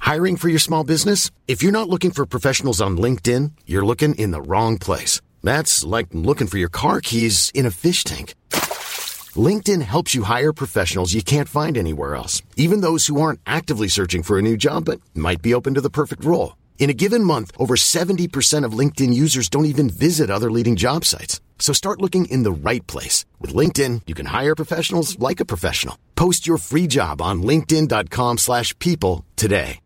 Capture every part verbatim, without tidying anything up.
Hiring for your small business? If you're not looking for professionals on LinkedIn, you're looking in the wrong place. That's like looking for your car keys in a fish tank. LinkedIn helps you hire professionals you can't find anywhere else, even those who aren't actively searching for a new job but might be open to the perfect role. In a given month, over seventy percent of LinkedIn users don't even visit other leading job sites. So start looking in the right place. With LinkedIn, you can hire professionals like a professional. Post your free job on linkedin.com slash people today.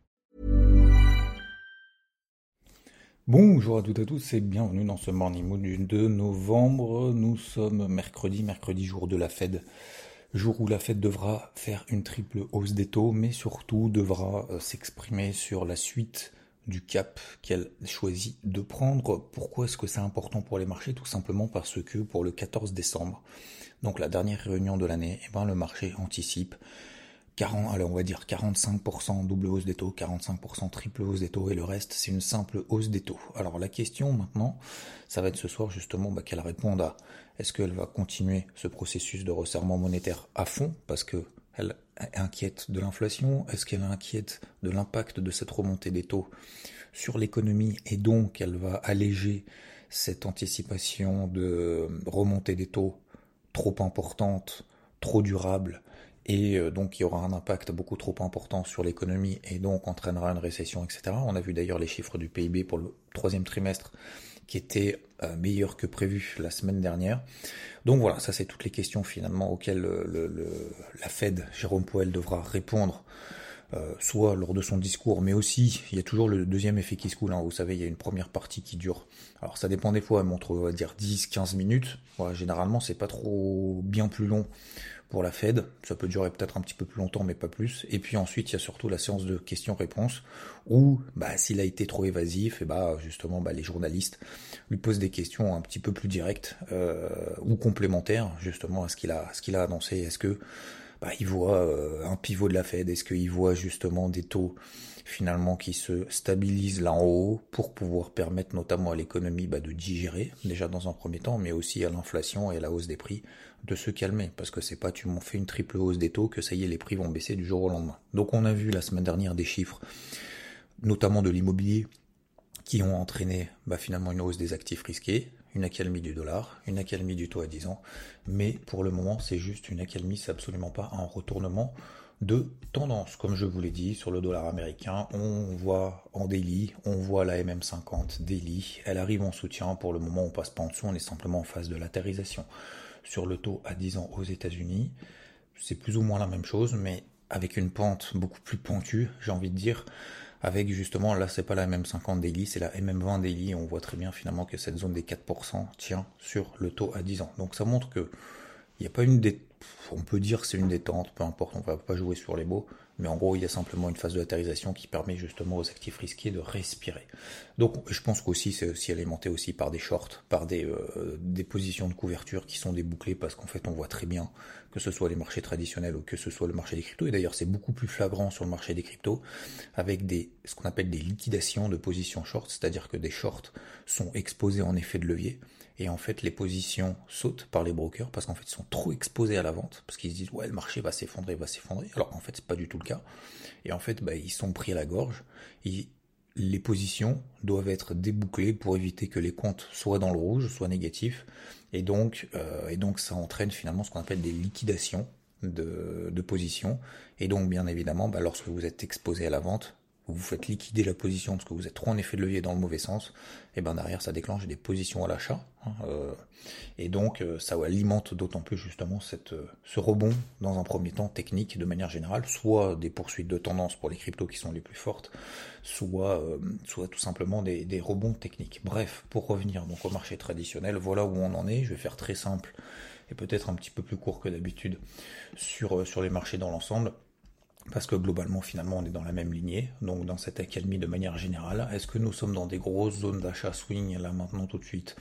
Bonjour à toutes et à tous et bienvenue dans ce Morning Mood du deux novembre. Nous sommes mercredi, mercredi jour de la Fed. Jour où la Fed devra faire une triple hausse des taux, mais surtout devra euh, s'exprimer sur la suite du cap qu'elle choisit de prendre. Pourquoi est-ce que c'est important pour les marchés? Tout simplement parce que pour le quatorze décembre, donc la dernière réunion de l'année, eh ben le marché anticipe quarante, allez, on va dire quarante-cinq pour cent double hausse des taux, quarante-cinq pour cent triple hausse des taux, et le reste c'est une simple hausse des taux. Alors la question maintenant, ça va être ce soir justement bah, qu'elle réponde à est-ce qu'elle va continuer ce processus de resserrement monétaire à fond, parce que elle est inquiète de l'inflation, est-ce qu'elle est inquiète de l'impact de cette remontée des taux sur l'économie, et donc elle va alléger cette anticipation de remontée des taux trop importante, trop durable, et donc il y aura un impact beaucoup trop important sur l'économie et donc entraînera une récession, et cetera. On a vu d'ailleurs les chiffres du P I B pour le troisième trimestre qui étaient euh, meilleurs que prévu la semaine dernière. Donc voilà, ça c'est toutes les questions finalement auxquelles le, le, le, la Fed, Jérôme Powell, devra répondre, euh, soit lors de son discours, mais aussi, il y a toujours le deuxième effet qui se coule, hein. Vous savez, il y a une première partie qui dure, alors ça dépend des fois, elle montre, on va dire, dix à quinze minutes, voilà, généralement c'est pas trop bien plus long pour la Fed, ça peut durer peut-être un petit peu plus longtemps, mais pas plus. Et puis ensuite, il y a surtout la séance de questions-réponses, où, bah, s'il a été trop évasif, et bah, justement, bah, les journalistes lui posent des questions un petit peu plus directes, euh, ou complémentaires, justement, à ce qu'il a, à ce qu'il a annoncé. Est-ce que, bah, il voit euh, un pivot de la Fed? Est-ce qu'il voit justement des taux, finalement, qui se stabilisent là en haut, pour pouvoir permettre notamment à l'économie, bah, de digérer, déjà dans un premier temps, mais aussi à l'inflation et à la hausse des prix, de se calmer, parce que c'est pas tu m'en fais une triple hausse des taux que ça y est, les prix vont baisser du jour au lendemain. Donc on a vu la semaine dernière des chiffres, notamment de l'immobilier, qui ont entraîné bah, finalement une hausse des actifs risqués, une accalmie du dollar, une accalmie du taux à dix ans, mais pour le moment c'est juste une accalmie, c'est absolument pas un retournement de tendance. Comme je vous l'ai dit, sur le dollar américain, on voit en daily, on voit la M M cinquante daily, elle arrive en soutien, pour le moment on passe pas en dessous, on est simplement en phase de latérisation. Sur le taux à dix ans aux États-Unis, c'est plus ou moins la même chose, mais avec une pente beaucoup plus pentue, j'ai envie de dire, avec justement, là c'est pas la M M cinquante daily, c'est la M M vingt daily, et on voit très bien finalement que cette zone des quatre pour cent tient sur le taux à dix ans. Donc ça montre que il n'y a pas une dé... on peut dire que c'est une détente, peu importe, on va pas jouer sur les mots, mais en gros il y a simplement une phase de latérisation qui permet justement aux actifs risqués de respirer. Donc je pense qu'aussi c'est aussi alimenté aussi par des shorts, par des, euh, des positions de couverture qui sont débouclées, parce qu'en fait on voit très bien que ce soit les marchés traditionnels ou que ce soit le marché des cryptos, et d'ailleurs c'est beaucoup plus flagrant sur le marché des cryptos, avec des, ce qu'on appelle des liquidations de positions short, c'est-à-dire que des shorts sont exposés en effet de levier, et en fait les positions sautent par les brokers parce qu'en fait ils sont trop exposés à la vente, parce qu'ils se disent ouais le marché va s'effondrer, va s'effondrer, alors qu'en fait c'est pas du tout le cas, et en fait bah, ils sont pris à la gorge, et les positions doivent être débouclées pour éviter que les comptes soient dans le rouge, soient négatifs, et donc, euh, et donc ça entraîne finalement ce qu'on appelle des liquidations de, de positions, et donc bien évidemment bah, lorsque vous êtes exposé à la vente, vous vous faites liquider la position parce que vous êtes trop en effet de levier dans le mauvais sens, et ben derrière ça déclenche des positions à l'achat, hein, euh, et donc euh, ça alimente d'autant plus justement cette, euh, ce rebond dans un premier temps technique de manière générale, soit des poursuites de tendance pour les cryptos qui sont les plus fortes, soit, euh, soit tout simplement des, des rebonds techniques. Bref, pour revenir donc au marché traditionnel, voilà où on en est. Je vais faire très simple et peut-être un petit peu plus court que d'habitude sur, sur les marchés dans l'ensemble, parce que globalement finalement on est dans la même lignée, donc dans cette accalmie de manière générale. Est-ce que nous sommes dans des grosses zones d'achat swing là maintenant tout de suite?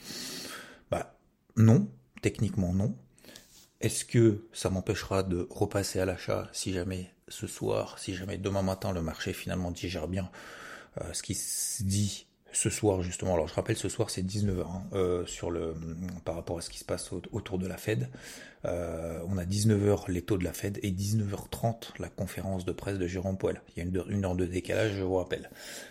Bah non, techniquement non. Est-ce que ça m'empêchera de repasser à l'achat si jamais ce soir, si jamais demain matin le marché finalement digère bien euh, ce qui se dit Ce soir, justement, alors je rappelle, ce soir c'est dix-neuf heures, hein, euh, sur le, par rapport à ce qui se passe au, autour de la Fed. Euh, on a dix-neuf heures les taux de la Fed et dix-neuf heures trente la conférence de presse de Jérôme Powell. Il y a une, une heure de décalage, je vous rappelle.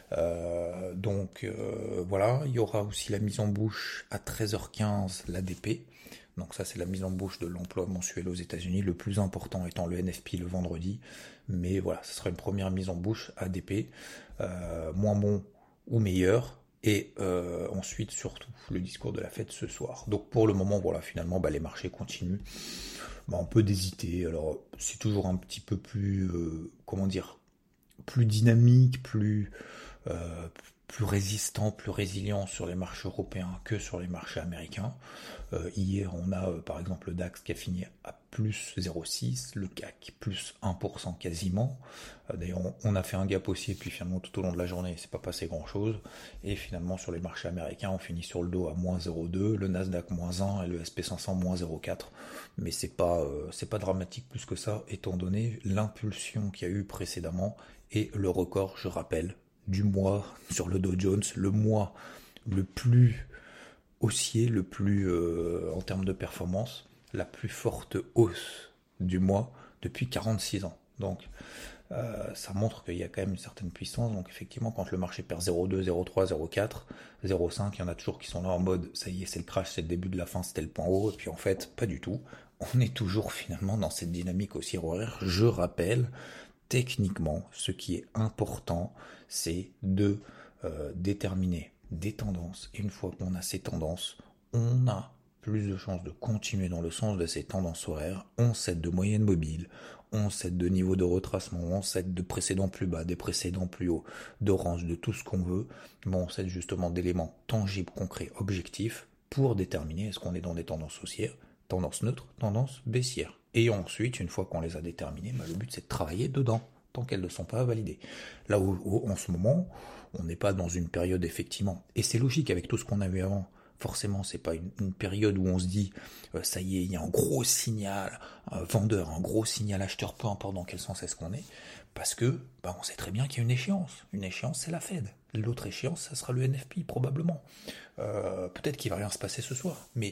Euh, donc euh, voilà, il y aura aussi la mise en bouche à treize heures quinze, l'A D P. Donc ça, c'est la mise en bouche de l'emploi mensuel aux États-Unis, le plus important étant le N F P le vendredi. Mais voilà, ce sera une première mise en bouche A D P, euh, moins bon ou meilleur, et euh, ensuite surtout le discours de la Fed ce soir. Donc pour le moment, voilà, finalement, bah, les marchés continuent. Bah, on peut hésiter. Alors c'est toujours un petit peu plus, euh, comment dire, plus dynamique, plus euh, plus résistant, plus résilient sur les marchés européens que sur les marchés américains. Euh, hier, on a euh, par exemple le DAX qui a fini à plus zéro virgule six, le C A C plus un pour cent quasiment. Euh, D'ailleurs, on, on a fait un gap aussi, et puis finalement tout au long de la journée, c'est pas passé grand chose. Et finalement, sur les marchés américains, on finit sur le dos à moins zéro virgule deux, le Nasdaq moins un et le S and P cinq cents moins zéro virgule quatre. Mais c'est pas, euh, c'est pas dramatique plus que ça, étant donné l'impulsion qu'il y a eu précédemment et le record, je rappelle, du mois sur le Dow Jones, le mois le plus haussier, le plus euh, en termes de performance, la plus forte hausse du mois depuis quarante-six ans. Donc euh, ça montre qu'il y a quand même une certaine puissance. Donc effectivement, quand le marché perd zéro virgule deux, zéro virgule trois, zéro virgule quatre, zéro virgule cinq, il y en a toujours qui sont là en mode ça y est, c'est le crash, c'est le début de la fin, c'était le point haut. Et puis en fait, pas du tout. On est toujours finalement dans cette dynamique haussière horaire. Je rappelle, techniquement, ce qui est important, c'est de euh, déterminer des tendances. Et une fois qu'on a ces tendances, on a plus de chances de continuer dans le sens de ces tendances horaires. On cède de moyenne mobile, on cède de niveau de retracement, on cède de précédents plus bas, des précédents plus hauts, de range, de tout ce qu'on veut. Mais on cède justement d'éléments tangibles, concrets, objectifs pour déterminer est-ce qu'on est dans des tendances haussières, tendances neutres, tendances baissières. Et ensuite, une fois qu'on les a déterminées, bah, le but c'est de travailler dedans, tant qu'elles ne sont pas validées. Là où, où en ce moment, on n'est pas dans une période effectivement, et c'est logique avec tout ce qu'on a vu avant, forcément c'est pas une, une période où on se dit, euh, ça y est, il y a un gros signal, un vendeur, un gros signal acheteur, peu importe dans quel sens est-ce qu'on est, parce que bah, on sait très bien qu'il y a une échéance. Une échéance, c'est la Fed. L'autre échéance, ça sera le N F P, probablement. Euh, peut-être qu'il va rien se passer ce soir, mais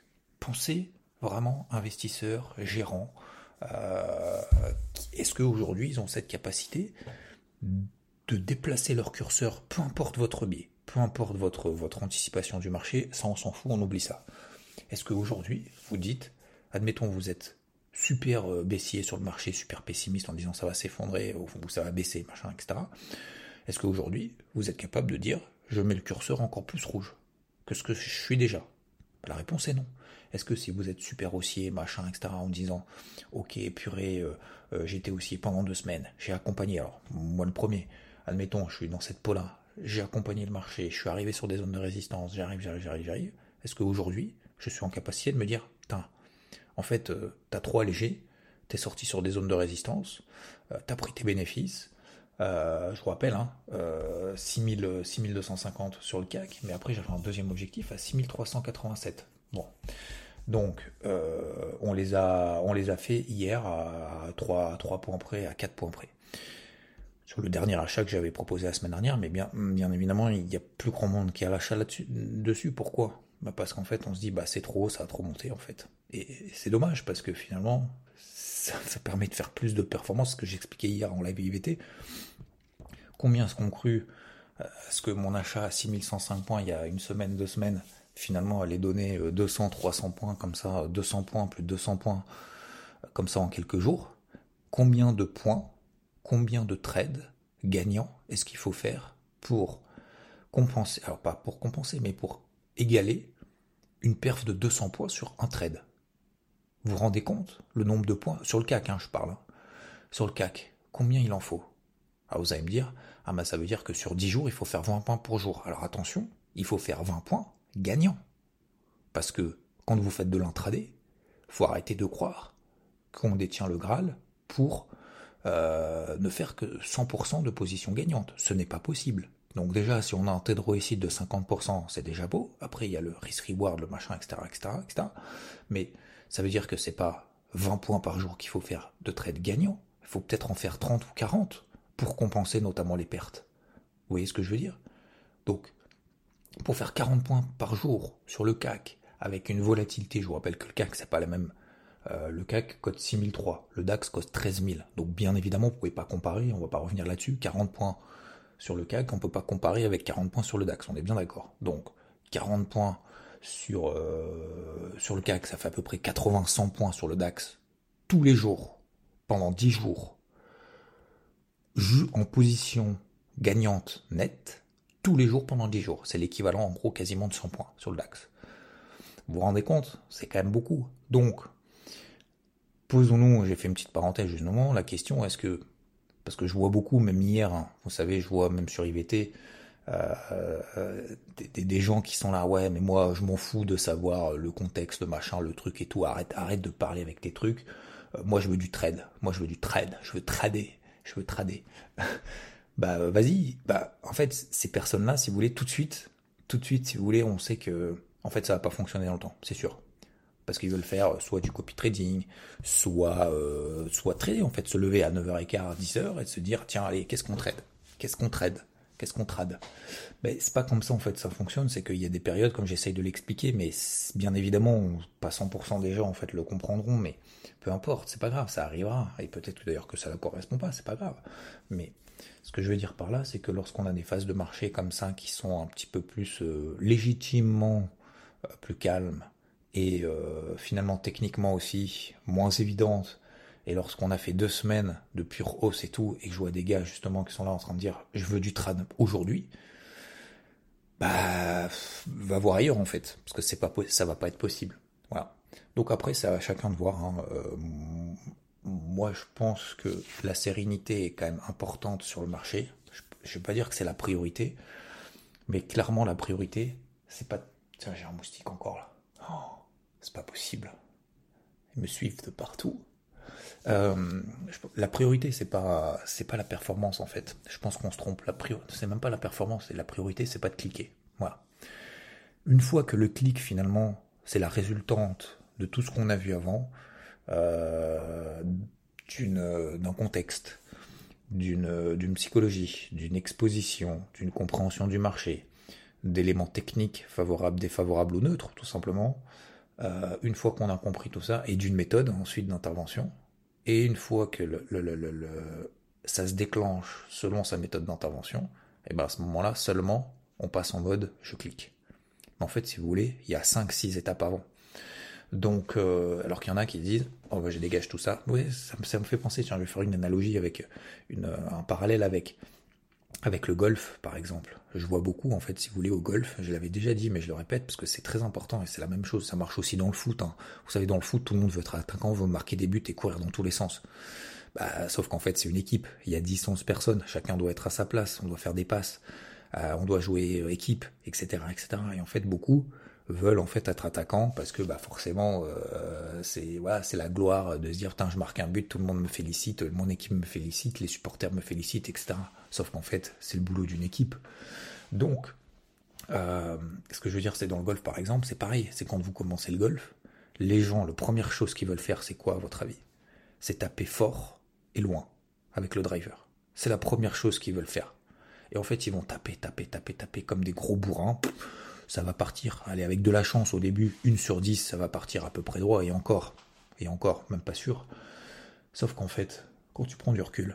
pensez vraiment investisseurs, gérants, euh, est-ce qu'aujourd'hui ils ont cette capacité de déplacer leur curseur, peu importe votre biais, peu importe votre, votre anticipation du marché, ça on s'en fout, on oublie ça. Est-ce qu'aujourd'hui vous dites, admettons vous êtes super baissier sur le marché, super pessimiste en disant ça va s'effondrer ou ça va baisser, machin, et cetera. Est-ce qu'aujourd'hui vous êtes capable de dire je mets le curseur encore plus rouge que ce que je suis déjà? La réponse est non. Est-ce que si vous êtes super haussier, machin, et cetera, en disant ok, purée, euh, euh, j'étais haussier pendant deux semaines, j'ai accompagné, alors moi le premier, admettons, je suis dans cette peau-là, j'ai accompagné le marché, je suis arrivé sur des zones de résistance, j'arrive, j'arrive, j'arrive, j'arrive. Est-ce qu'aujourd'hui, je suis en capacité de me dire, putain, en fait, euh, t'as trop allégé, t'es sorti sur des zones de résistance, euh, t'as pris tes bénéfices, euh, je vous rappelle, hein, euh, six mille deux cent cinquante sur le C A C, mais après j'avais un deuxième objectif à six mille trois cent quatre-vingt-sept. Bon. Donc, euh, on, les a, on les a fait hier à trois, trois points près, à quatre points près. Sur le dernier achat que j'avais proposé la semaine dernière, mais bien, bien évidemment, il n'y a plus grand monde qui a l'achat là-dessus. Dessus. Pourquoi? Bah parce qu'en fait, on se dit, bah c'est trop haut, ça a trop monté en fait. Et c'est dommage parce que finalement, ça, ça permet de faire plus de performance, ce que j'expliquais hier en live I V T. Combien est-ce qu'on cru à ce que mon achat à six mille cent cinq points il y a une semaine, deux semaines, finalement allait donner deux cents, trois cents points comme ça, deux cents points, plus de deux cents points comme ça en quelques jours? Combien de points, combien de trades gagnants est-ce qu'il faut faire pour compenser, alors pas pour compenser, mais pour égaler une perf de deux cents points sur un trade? Vous vous rendez compte le nombre de points sur le C A C, hein, je parle. Hein. Sur le C A C, combien il en faut? Alors vous allez me dire, ah bah ça veut dire que sur dix jours, il faut faire vingt points pour jour. Alors attention, il faut faire vingt points gagnants. Parce que quand vous faites de l'intraday, il faut arrêter de croire qu'on détient le Graal pour euh, ne faire que cent pour cent de positions gagnantes. Ce n'est pas possible. Donc déjà, si on a un taux de réussite de cinquante pour cent, c'est déjà beau. Après, il y a le risk-reward, le machin, et cetera, et cetera, et cetera. Mais ça veut dire que c'est pas vingt points par jour qu'il faut faire de trades gagnants. Il faut peut-être en faire trente ou quarante pour compenser notamment les pertes. Vous voyez ce que je veux dire? Donc, pour faire quarante points par jour sur le C A C, avec une volatilité, je vous rappelle que le C A C, c'est pas la même. Euh, le C A C cote six mille trois, le DAX cote treize mille. Donc bien évidemment, vous pouvez pas comparer, on va pas revenir là-dessus. quarante points sur le C A C, on peut pas comparer avec quarante points sur le DAX, on est bien d'accord. Donc quarante points sur, euh, sur le C A C, ça fait à peu près quatre-vingts à cent points sur le DAX, tous les jours, pendant dix jours, en position gagnante nette, tous les jours pendant dix jours. C'est l'équivalent en gros quasiment de cent points sur le DAX. Vous vous rendez compte? C'est quand même beaucoup. Donc, posons-nous, j'ai fait une petite parenthèse justement, la question est-ce que, parce que je vois beaucoup, même hier, hein, vous savez, je vois même sur I V T, euh, euh, des, des gens qui sont là, ouais, mais moi je m'en fous de savoir le contexte, le machin, le truc et tout, arrête, arrête de parler avec tes trucs, euh, moi je veux du trade, moi je veux du trade, je veux trader, je veux trader. Bah vas-y, bah en fait ces personnes-là, si vous voulez, tout de suite, tout de suite, si vous voulez, on sait que en fait ça va pas fonctionner dans le temps, c'est sûr. Parce qu'ils veulent faire soit du copy trading, soit euh, soit trader, en fait, se lever à neuf heures quinze, dix heures et se dire tiens allez, qu'est-ce qu'on trade Qu'est-ce qu'on trade Qu'est-ce qu'on trade Ben c'est pas comme ça en fait ça fonctionne, c'est qu'il y a des périodes, comme j'essaye de l'expliquer, mais bien évidemment, pas cent pour cent des gens en fait le comprendront, mais peu importe, c'est pas grave, ça arrivera, et peut-être d'ailleurs que ça ne correspond pas, c'est pas grave. Mais ce que je veux dire par là, c'est que lorsqu'on a des phases de marché comme ça qui sont un petit peu plus euh, légitimement euh, plus calmes, et euh, finalement techniquement aussi moins évidentes, et lorsqu'on a fait deux semaines de pure hausse et tout, et que je vois des gars justement qui sont là en train de dire je veux du trad aujourd'hui, bah va voir ailleurs en fait, parce que c'est pas ça va pas être possible. Voilà. Donc après c'est à chacun de voir. Hein. Euh, moi je pense que la sérénité est quand même importante sur le marché. Je, je vais pas dire que c'est la priorité, mais clairement la priorité c'est pas. Tiens, j'ai un moustique encore là. Oh, c'est pas possible. Ils me suivent de partout. Euh, la priorité, c'est pas, c'est pas la performance en fait. Je pense qu'on se trompe. La priorité, c'est même pas la performance. Et la priorité, c'est pas de cliquer. Voilà. Une fois que le clic finalement, c'est la résultante de tout ce qu'on a vu avant, euh, d'une, d'un contexte, d'une, d'une psychologie, d'une exposition, d'une compréhension du marché, d'éléments techniques favorables, défavorables ou neutres, tout simplement. Euh, une fois qu'on a compris tout ça, et d'une méthode ensuite d'intervention, et une fois que le, le, le, le, le, ça se déclenche selon sa méthode d'intervention, et ben à ce moment-là seulement on passe en mode je clique. Mais en fait, si vous voulez, il y a cinq six étapes avant. Donc, euh, alors qu'il y en a qui disent oh ben je dégage tout ça. Oui, ça, ça me fait penser. Tiens, je vais faire une analogie avec une, un parallèle avec avec le golf, par exemple. Je vois beaucoup, en fait, si vous voulez, au golf, je l'avais déjà dit, mais je le répète, parce que c'est très important, et c'est la même chose, ça marche aussi dans le foot. Hein. Vous savez, dans le foot, tout le monde veut être attaquant, veut marquer des buts et courir dans tous les sens. Bah, sauf qu'en fait, c'est une équipe, il y a dix onze personnes, chacun doit être à sa place, on doit faire des passes, euh, on doit jouer équipe, et cetera, et cetera. Et en fait, beaucoup veulent en fait être attaquants parce que bah forcément euh, c'est voilà, c'est la gloire de se dire putain je marque un but, tout le monde me félicite, mon équipe me félicite, les supporters me félicitent, et cetera. Sauf qu'en fait c'est le boulot d'une équipe. Donc euh, ce que je veux dire c'est dans le golf par exemple, c'est pareil, c'est quand vous commencez le golf, les gens, la première chose qu'ils veulent faire c'est quoi à votre avis? C'est taper fort et loin avec le driver. C'est la première chose qu'ils veulent faire. Et en fait ils vont taper, taper, taper, taper comme des gros bourrins. Ça va partir, allez, avec de la chance au début, une sur dix, ça va partir à peu près droit, et encore, et encore, même pas sûr. Sauf qu'en fait, quand tu prends du recul,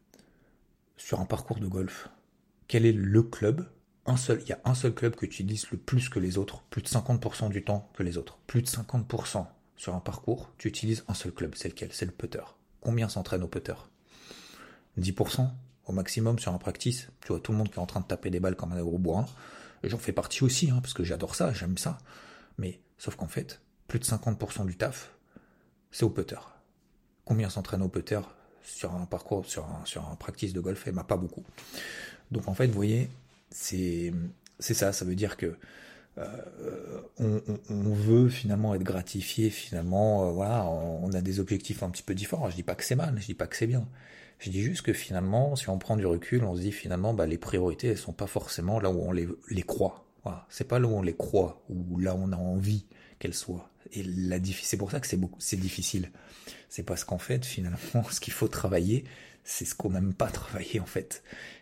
sur un parcours de golf, quel est le club? Un seul, il y a un seul club que tu utilises le plus que les autres, plus de cinquante pour cent du temps que les autres. Plus de cinquante pour cent sur un parcours, tu utilises un seul club, c'est lequel? C'est le putter. Combien s'entraîne au putter? dix pour cent au maximum sur un practice. Tu vois tout le monde qui est en train de taper des balles comme un gros bourrin. J'en fais partie aussi, hein, parce que j'adore ça, j'aime ça. Mais, sauf qu'en fait, plus de cinquante pour cent du taf, c'est au putter. Combien s'entraîne au putter sur un parcours, sur un, sur un practice de golf? Eh ben, pas beaucoup. Donc en fait, vous voyez, c'est, c'est ça, ça veut dire que euh, on, on, on veut finalement être gratifié, finalement, euh, voilà, on, on a des objectifs un petit peu différents. Je dis pas que c'est mal, je dis pas que c'est bien. Je dis juste que finalement, si on prend du recul, on se dit finalement, bah, les priorités, elles sont pas forcément là où on les, les croit. Voilà. C'est pas là où on les croit, ou là où on a envie qu'elles soient. Et la, c'est pour ça que c'est beaucoup, c'est difficile. C'est parce qu'en fait, finalement, ce qu'il faut travailler, c'est ce qu'on n'aime pas travailler, en fait.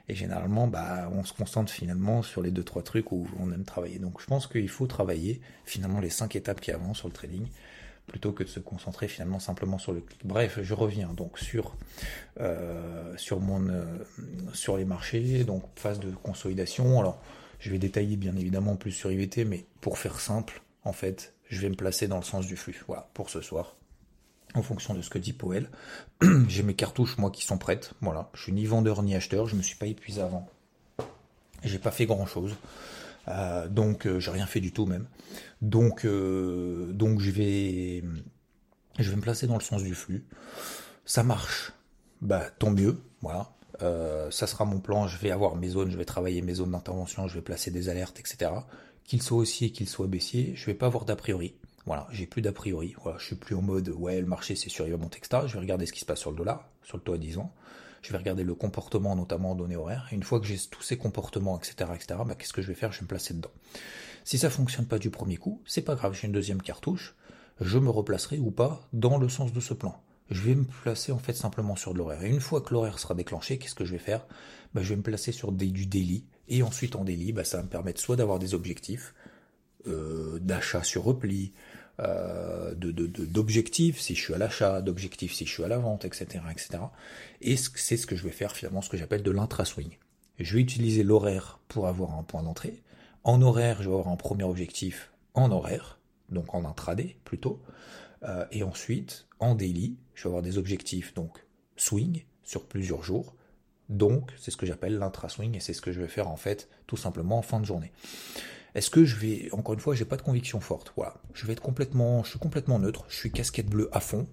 Et généralement, bah, on se concentre finalement sur les deux trois trucs où on aime travailler. Donc je pense qu'il faut travailler finalement les cinq étapes qui avancent sur le trading, plutôt que de se concentrer finalement simplement sur le clic. Bref, je reviens donc sur euh, sur mon euh, sur les marchés, donc phase de consolidation. Alors je vais détailler bien évidemment plus sur I V T, mais pour faire simple, en fait, je vais me placer dans le sens du flux. Voilà, pour ce soir. En fonction de ce que dit Powell. J'ai mes cartouches, moi, qui sont prêtes. Voilà. Je suis ni vendeur ni acheteur. Je me suis pas épuisé avant. J'ai pas fait grand chose. Euh, donc, euh, j'ai rien fait du tout, même. Donc, euh, donc je vais, je vais me placer dans le sens du flux. Ça marche. Bah, tant mieux. Voilà. Euh, ça sera mon plan. Je vais avoir mes zones. Je vais travailler mes zones d'intervention. Je vais placer des alertes, et cetera. Qu'il soit haussier, qu'il soit baissier, je vais pas avoir d'a priori. Voilà, j'ai plus d'a priori. Voilà, je suis plus en mode ouais, le marché c'est sûr, il va monter, et cetera. Je vais regarder ce qui se passe sur le dollar, sur le taux à dix ans. Je vais regarder le comportement, notamment en données horaires. Et une fois que j'ai tous ces comportements, et cetera, et cetera, bah, qu'est-ce que je vais faire? Je vais me placer dedans. Si ça fonctionne pas du premier coup, c'est pas grave, j'ai une deuxième cartouche. Je me replacerai ou pas dans le sens de ce plan. Je vais me placer en fait simplement sur de l'horaire. Et une fois que l'horaire sera déclenché, qu'est-ce que je vais faire? Bah, je vais me placer sur des, du daily. Et ensuite en daily, bah, ça va me permettre soit d'avoir des objectifs, euh, d'achat sur repli, Euh, de, de, de, d'objectifs si je suis à l'achat, d'objectifs si je suis à la vente, et cetera, et cetera. Et c'est ce que je vais faire finalement, ce que j'appelle de l'intra-swing. Je vais utiliser l'horaire pour avoir un point d'entrée. En horaire, je vais avoir un premier objectif en horaire, donc en intraday plutôt. Euh, et ensuite, en daily, je vais avoir des objectifs donc swing sur plusieurs jours. Donc, c'est ce que j'appelle l'intra-swing et c'est ce que je vais faire en fait tout simplement en fin de journée. Est-ce que je vais, encore une fois, j'ai pas de conviction forte. Voilà, je vais être complètement, je suis complètement neutre. Je suis casquette bleue à fond.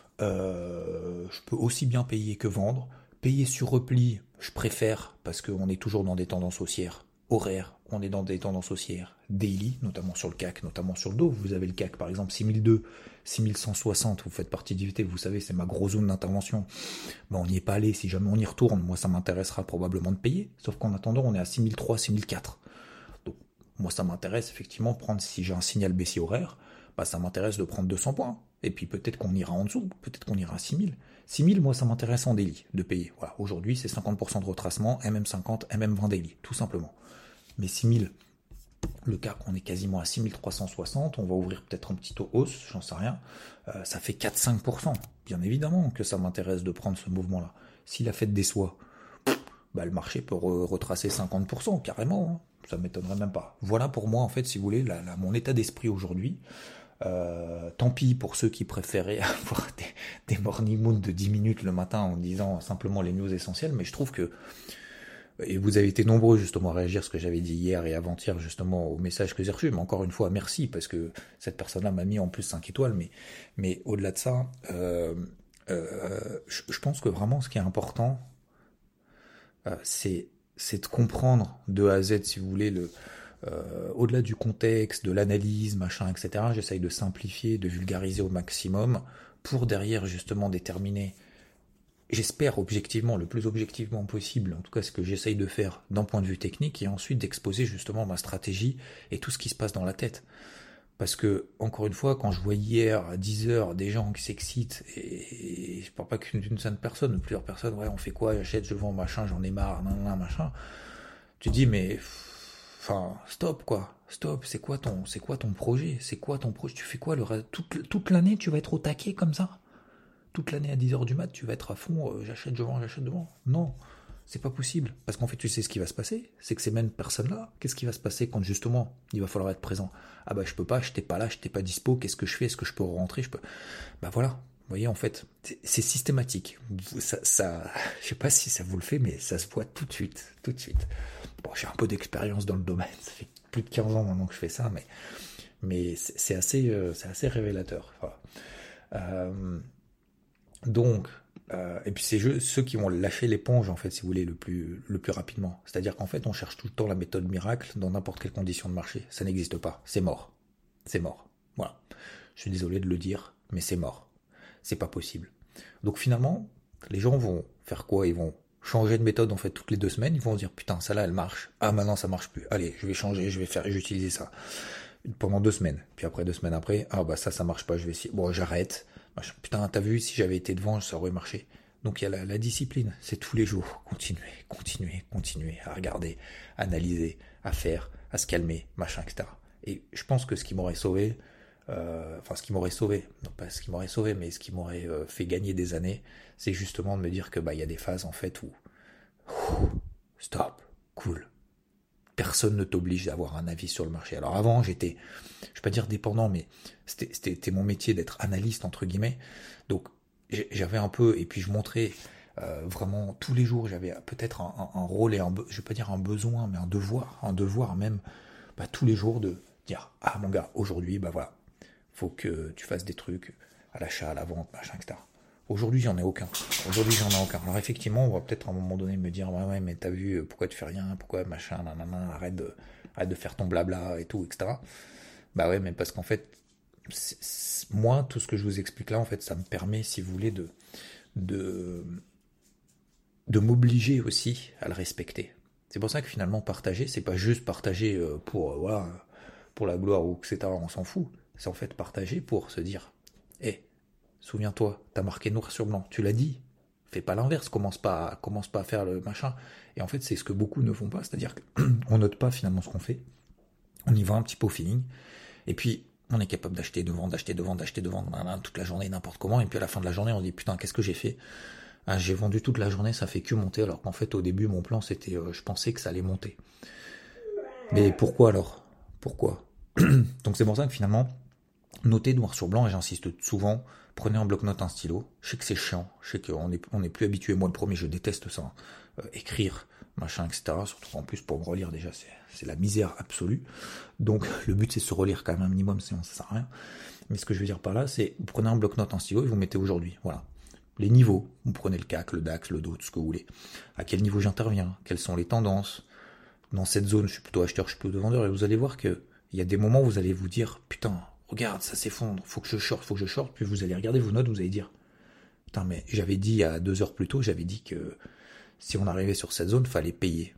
Euh, je peux aussi bien payer que vendre. Payer sur repli, je préfère parce qu'on est toujours dans des tendances haussières horaires. On est dans des tendances haussières daily, notamment sur le C A C, notamment sur le dos. Vous avez le C A C par exemple six mille deux, six mille cent soixante. Vous faites partie d'I V T, vous savez, c'est ma grosse zone d'intervention. Ben, on n'y est pas allé. Si jamais on y retourne, moi ça m'intéressera probablement de payer. Sauf qu'en attendant, on est à six mille trois, six mille quatre. Moi, ça m'intéresse effectivement prendre, si j'ai un signal baissier horaire, bah, ça m'intéresse de prendre deux cents points. Et puis peut-être qu'on ira en dessous, peut-être qu'on ira à six mille. six mille, moi, ça m'intéresse en daily de payer. Voilà, aujourd'hui, c'est cinquante pour cent de retracement, M M cinquante, M M vingt daily, tout simplement. Mais six mille, le C A C, on est quasiment à six mille trois cent soixante, on va ouvrir peut-être un petit taux hausse, j'en sais rien. Euh, ça fait quatre à cinq pour cent. Bien évidemment que ça m'intéresse de prendre ce mouvement-là. Si la fête déçoit, bah, le marché peut re- retracer cinquante pour cent, carrément, hein. Ça m'étonnerait même pas. Voilà pour moi, en fait, si vous voulez, la, la, mon état d'esprit aujourd'hui. Euh, tant pis pour ceux qui préféraient avoir des, des morning moon de dix minutes le matin en disant simplement les news essentielles, mais je trouve que, et vous avez été nombreux justement à réagir à ce que j'avais dit hier et avant-hier justement au message que j'ai reçu, mais encore une fois, merci, parce que cette personne-là m'a mis en plus cinq étoiles, mais, mais au-delà de ça, euh, euh, je, je pense que vraiment ce qui est important, euh, c'est c'est de comprendre de A à Z, si vous voulez, le, euh, au-delà du contexte, de l'analyse, machin, et cetera. J'essaye de simplifier, de vulgariser au maximum, pour derrière justement déterminer, j'espère objectivement, le plus objectivement possible, en tout cas ce que j'essaye de faire d'un point de vue technique, et ensuite d'exposer justement ma stratégie et tout ce qui se passe dans la tête. Parce que, encore une fois, quand je vois hier à dix heures des gens qui s'excitent, et, et je parle pas qu'une d'une seule personne, de plusieurs personnes, ouais, on fait quoi, j'achète, je vends, machin, j'en ai marre, nan, nan, machin. Tu te dis, mais, enfin, stop, quoi, stop, c'est quoi ton, c'est quoi ton projet, c'est quoi ton projet, tu fais quoi, le reste, toute, toute l'année, tu vas être au taquet comme ça? Toute l'année à dix heures du mat, tu vas être à fond, euh, j'achète, je vends, j'achète, je vends. Non. C'est pas possible. Parce qu'en fait, tu sais ce qui va se passer. C'est que ces mêmes personnes-là, qu'est-ce qui va se passer quand justement, il va falloir être présent? Ah bah, je peux pas, je t'ai pas là, je t'ai pas dispo, qu'est-ce que je fais? Est-ce que je peux rentrer? Je peux... Bah voilà. Vous voyez, en fait, c'est systématique. Ça, ça, je sais pas si ça vous le fait, mais ça se voit tout de suite. Tout de suite. Bon, j'ai un peu d'expérience dans le domaine. Ça fait plus de quinze ans maintenant que je fais ça, mais, mais c'est assez, euh, c'est assez révélateur. Voilà. Euh, donc, Euh, et puis c'est jeux, ceux qui vont lâcher l'éponge en fait, si vous voulez, le plus le plus rapidement. C'est-à-dire qu'en fait, on cherche tout le temps la méthode miracle dans n'importe quelle condition de marché. Ça n'existe pas. C'est mort. C'est mort. Voilà. Je suis désolé de le dire, mais c'est mort. C'est pas possible. Donc finalement, les gens vont faire quoi? Ils vont changer de méthode en fait toutes les deux semaines. Ils vont se dire putain, ça là, elle marche. Ah maintenant, ça marche plus. Allez, je vais changer, je vais faire, je vais utiliser ça pendant deux semaines. Puis après deux semaines après, ah bah ça, ça marche pas. Je vais essayer. Bon, j'arrête. Putain, t'as vu, si j'avais été devant, ça aurait marché. Donc il y a la, la discipline, c'est tous les jours, continuer, continuer, continuer à regarder, à analyser, à faire, à se calmer, machin, et cetera. Et je pense que ce qui m'aurait sauvé, euh, enfin ce qui m'aurait sauvé, non pas ce qui m'aurait sauvé, mais ce qui m'aurait euh, fait gagner des années, c'est justement de me dire que bah il y a des phases en fait où, ouh, stop, cool. Personne ne t'oblige à avoir un avis sur le marché. Alors avant, j'étais, je vais pas dire dépendant, mais c'était, c'était, c'était mon métier d'être analyste entre guillemets. Donc j'avais un peu, et puis je montrais euh, vraiment tous les jours, j'avais peut-être un, un, un rôle et un, je vais pas dire un besoin, mais un devoir, un devoir même, bah, tous les jours de dire ah mon gars, aujourd'hui, bah voilà, faut que tu fasses des trucs à l'achat, à la vente, machin, et cetera. Aujourd'hui, j'en ai aucun. Aujourd'hui, j'en ai aucun. Alors effectivement, on va peut-être à un moment donné me dire ouais ouais mais t'as vu pourquoi tu fais rien, pourquoi machin, nanana, arrête de arrête de faire ton blabla et tout, et cetera. Bah ouais, mais parce qu'en fait, c'est, c'est, moi, tout ce que je vous explique là, en fait, ça me permet, si vous voulez, de de de m'obliger aussi à le respecter. C'est pour ça que finalement partager, c'est pas juste partager pour euh, voilà pour la gloire ou et cetera. On s'en fout. C'est en fait partager pour se dire, hé. Hey, souviens-toi, t'as marqué noir sur blanc, tu l'as dit. Fais pas l'inverse, commence pas, à, commence pas à faire le machin. Et en fait, c'est ce que beaucoup ne font pas, c'est-à-dire qu'on note pas finalement ce qu'on fait. On y va un petit peu au feeling. Et puis, on est capable d'acheter, de vendre, d'acheter, de vendre, d'acheter, de vendre, toute la journée, n'importe comment. Et puis à la fin de la journée, on dit putain, qu'est-ce que j'ai fait ? Ah, j'ai vendu toute la journée, ça fait que monter. Alors qu'en fait, au début, mon plan, c'était, euh, je pensais que ça allait monter. Mais pourquoi alors ? Pourquoi ? Donc c'est pour ça que finalement, notez noir sur blanc, et j'insiste souvent, prenez un bloc-notes, un stylo. Je sais que c'est chiant, je sais qu'on est, on est plus habitué, moi le premier, je déteste ça. Euh, écrire, machin, et cetera. Surtout en plus, pour me relire déjà, c'est, c'est la misère absolue. Donc le but, c'est de se relire quand même un minimum, sinon ça sert à rien. Mais ce que je veux dire par là, c'est, vous prenez un bloc-notes, un stylo, et vous mettez aujourd'hui, voilà. Les niveaux, vous prenez le C A C, le DAX, le D O, tout ce que vous voulez. À quel niveau j'interviens, quelles sont les tendances. Dans cette zone, je suis plutôt acheteur, je suis plutôt vendeur, et vous allez voir que il y a des moments où vous allez vous dire, putain, regarde, ça s'effondre, faut que je short, faut que je short, puis vous allez regarder vos notes, vous allez dire, putain, mais j'avais dit à deux heures plus tôt, j'avais dit que si on arrivait sur cette zone, fallait payer.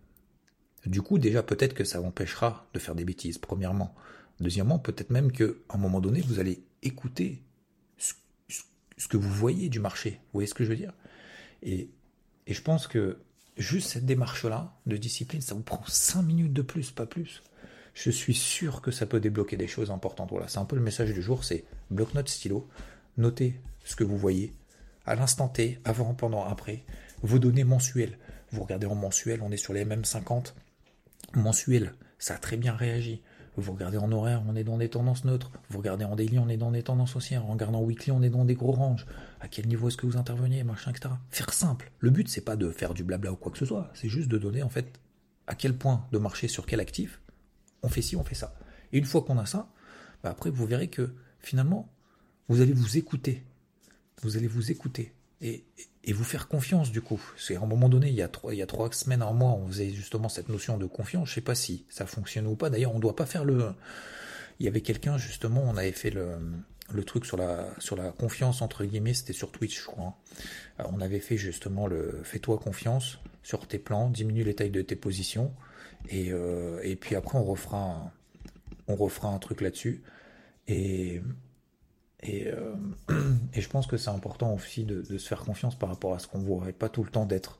Du coup, déjà, peut-être que ça empêchera de faire des bêtises, premièrement. Deuxièmement, peut-être même qu'à un moment donné, vous allez écouter ce, ce que vous voyez du marché. Vous voyez ce que je veux dire ? Et, et je pense que juste cette démarche-là, de discipline, ça vous prend cinq minutes de plus, pas plus. Je suis sûr que ça peut débloquer des choses importantes. Voilà, c'est un peu le message du jour, c'est bloc-notes, stylo, notez ce que vous voyez, à l'instant T, avant, pendant, après, vos données mensuelles. Vous regardez en mensuel, on est sur les M M cinquante, mensuel, ça a très bien réagi. Vous regardez en horaire, on est dans des tendances neutres. Vous regardez en daily, on est dans des tendances haussières. En regardant en weekly, on est dans des gros ranges. À quel niveau est-ce que vous interveniez, machin, et cetera. Faire simple. Le but, c'est pas de faire du blabla ou quoi que ce soit. C'est juste de donner, en fait, à quel point de marcher sur quel actif. On fait ci, on fait ça. Et une fois qu'on a ça, bah après, vous verrez que, finalement, vous allez vous écouter. Vous allez vous écouter. Et, et vous faire confiance, du coup. C'est à un moment donné, il y a trois, il y a trois semaines, un mois, on faisait justement cette notion de confiance. Je sais pas si ça fonctionne ou pas. D'ailleurs, on doit pas faire le... Il y avait quelqu'un, justement, on avait fait le, le truc sur la, sur la confiance, entre guillemets, c'était sur Twitch, je crois. Alors, on avait fait justement le « fais-toi confiance sur tes plans, diminue les tailles de tes positions ». Et, euh, et puis après, on refera un, on refera un truc là-dessus. Et... Et, euh, et je pense que c'est important aussi de, de se faire confiance par rapport à ce qu'on voit et pas tout le temps d'être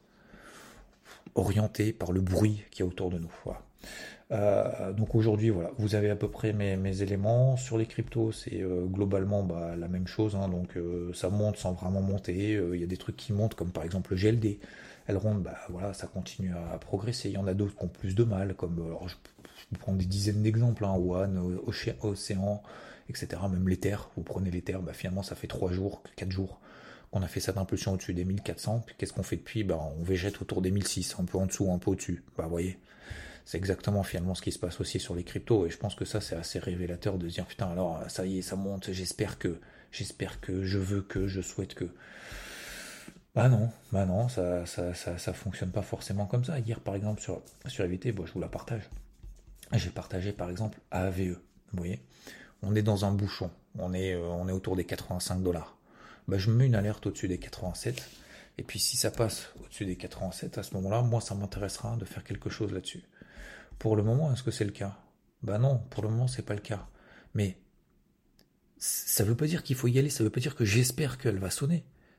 orienté par le bruit qu'il y a autour de nous. Voilà. Euh, donc aujourd'hui, voilà, vous avez à peu près mes, mes éléments. Sur les cryptos, c'est euh, globalement bah, la même chose. Hein, donc euh, ça monte sans vraiment monter. Il euh, y a des trucs qui montent comme par exemple le G L D. Elrond, bah, voilà, ça continue à, à progresser. Il y en a d'autres qui ont plus de mal. Comme, alors, je, je vous prends des dizaines d'exemples. Hein, One, Océan, et cetera. Même l'Ether, vous prenez l'Ether, bah finalement ça fait trois jours, quatre jours qu'on a fait cette impulsion au-dessus des mille quatre cents, puis qu'est-ce qu'on fait depuis ? Bah on végète autour des mille six, un peu en dessous, un peu au-dessus. Bah vous voyez, c'est exactement finalement ce qui se passe aussi sur les cryptos, et je pense que ça c'est assez révélateur de se dire putain alors ça y est, ça monte, j'espère que, j'espère que, je veux que, je souhaite que... Bah non, bah non, ça, ça, ça, ça fonctionne pas forcément comme ça. Hier par exemple sur, sur E V T, bon, je vous la partage. J'ai partagé par exemple A A V E, vous voyez. On est dans un bouchon, on est, euh, on est autour des quatre-vingt-cinq dollars. Bah, je me mets une alerte au-dessus des quatre-vingt-sept, et puis si ça passe au-dessus des quatre-vingt-sept, à ce moment-là, moi ça m'intéressera de faire quelque chose là-dessus. Pour le moment, est-ce que c'est le cas ? Bah non, pour le moment c'est pas le cas. Mais ça veut pas dire qu'il faut y aller, ça veut pas dire que j'espère qu'elle va sonner.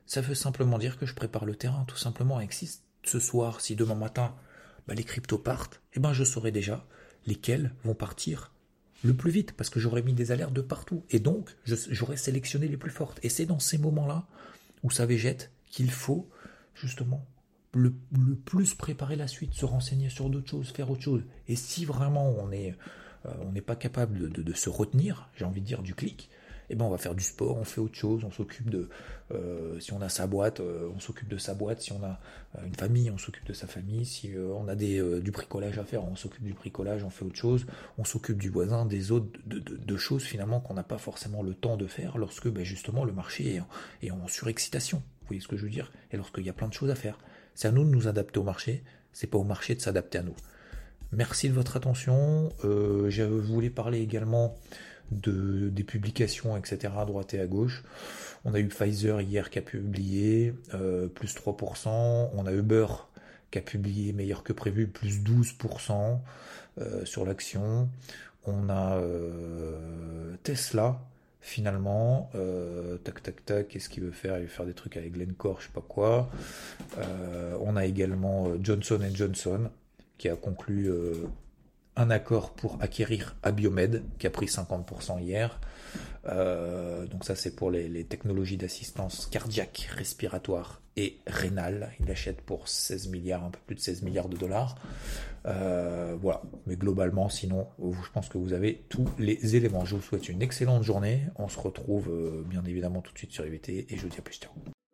Ça veut simplement dire que je prépare le terrain, tout simplement, et que si ce soir, si demain matin, bah, les cryptos partent, eh ben, je saurai déjà lesquels vont partir le plus vite, parce que j'aurais mis des alertes de partout. Et donc, je, j'aurais sélectionné les plus fortes. Et c'est dans ces moments-là où ça végète qu'il faut, justement, le, le plus préparer la suite, se renseigner sur d'autres choses, faire autre chose. Et si vraiment on est, euh, on n'est pas capable de, de, de se retenir, j'ai envie de dire du clic, eh ben on va faire du sport, on fait autre chose, on s'occupe de, euh, si on a sa boîte, euh, on s'occupe de sa boîte, si on a euh, une famille, on s'occupe de sa famille, si euh, on a des, euh, du bricolage à faire, on s'occupe du bricolage, on fait autre chose, on s'occupe du voisin, des autres, de, de, de choses finalement qu'on n'a pas forcément le temps de faire lorsque ben, justement le marché est en, est en surexcitation, vous voyez ce que je veux dire, et lorsqu'il y a plein de choses à faire. C'est à nous de nous adapter au marché, c'est pas au marché de s'adapter à nous. Merci de votre attention, euh, je voulais parler également de, des publications, et cetera à droite et à gauche. On a eu Pfizer hier qui a publié euh, plus trois pour cent, on a Uber qui a publié meilleur que prévu, plus douze pour cent euh, sur l'action, on a euh, Tesla finalement, euh, tac tac tac, qu'est-ce qu'il veut faire? Il veut faire des trucs avec Glencore, je sais pas quoi. Euh, on a également Johnson and Johnson qui a conclu euh, un accord pour acquérir Abiomed, qui a pris cinquante pour cent hier. Euh, donc ça c'est pour les, les technologies d'assistance cardiaque, respiratoire et rénale. Il achète pour seize milliards, un peu plus de seize milliards de dollars. Euh, voilà, mais globalement sinon je pense que vous avez tous les éléments. Je vous souhaite une excellente journée, on se retrouve euh, bien évidemment tout de suite sur I V T et je vous dis à plus, ciao.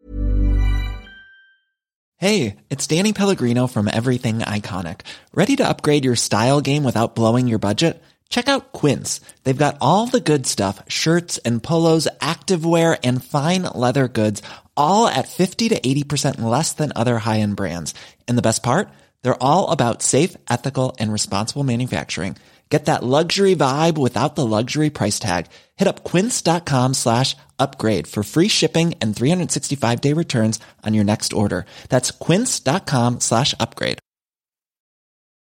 Hey, it's Danny Pellegrino from Everything Iconic. Ready to upgrade your style game without blowing your budget? Check out Quince. They've got all the good stuff, shirts and polos, activewear and fine leather goods, all at fifty to eighty percent less than other high-end brands. And the best part? They're all about safe, ethical, and responsible manufacturing. Get that luxury vibe without the luxury price tag. Hit up quince.com slash upgrade for free shipping and three sixty-five day returns on your next order. That's quince.com slash upgrade.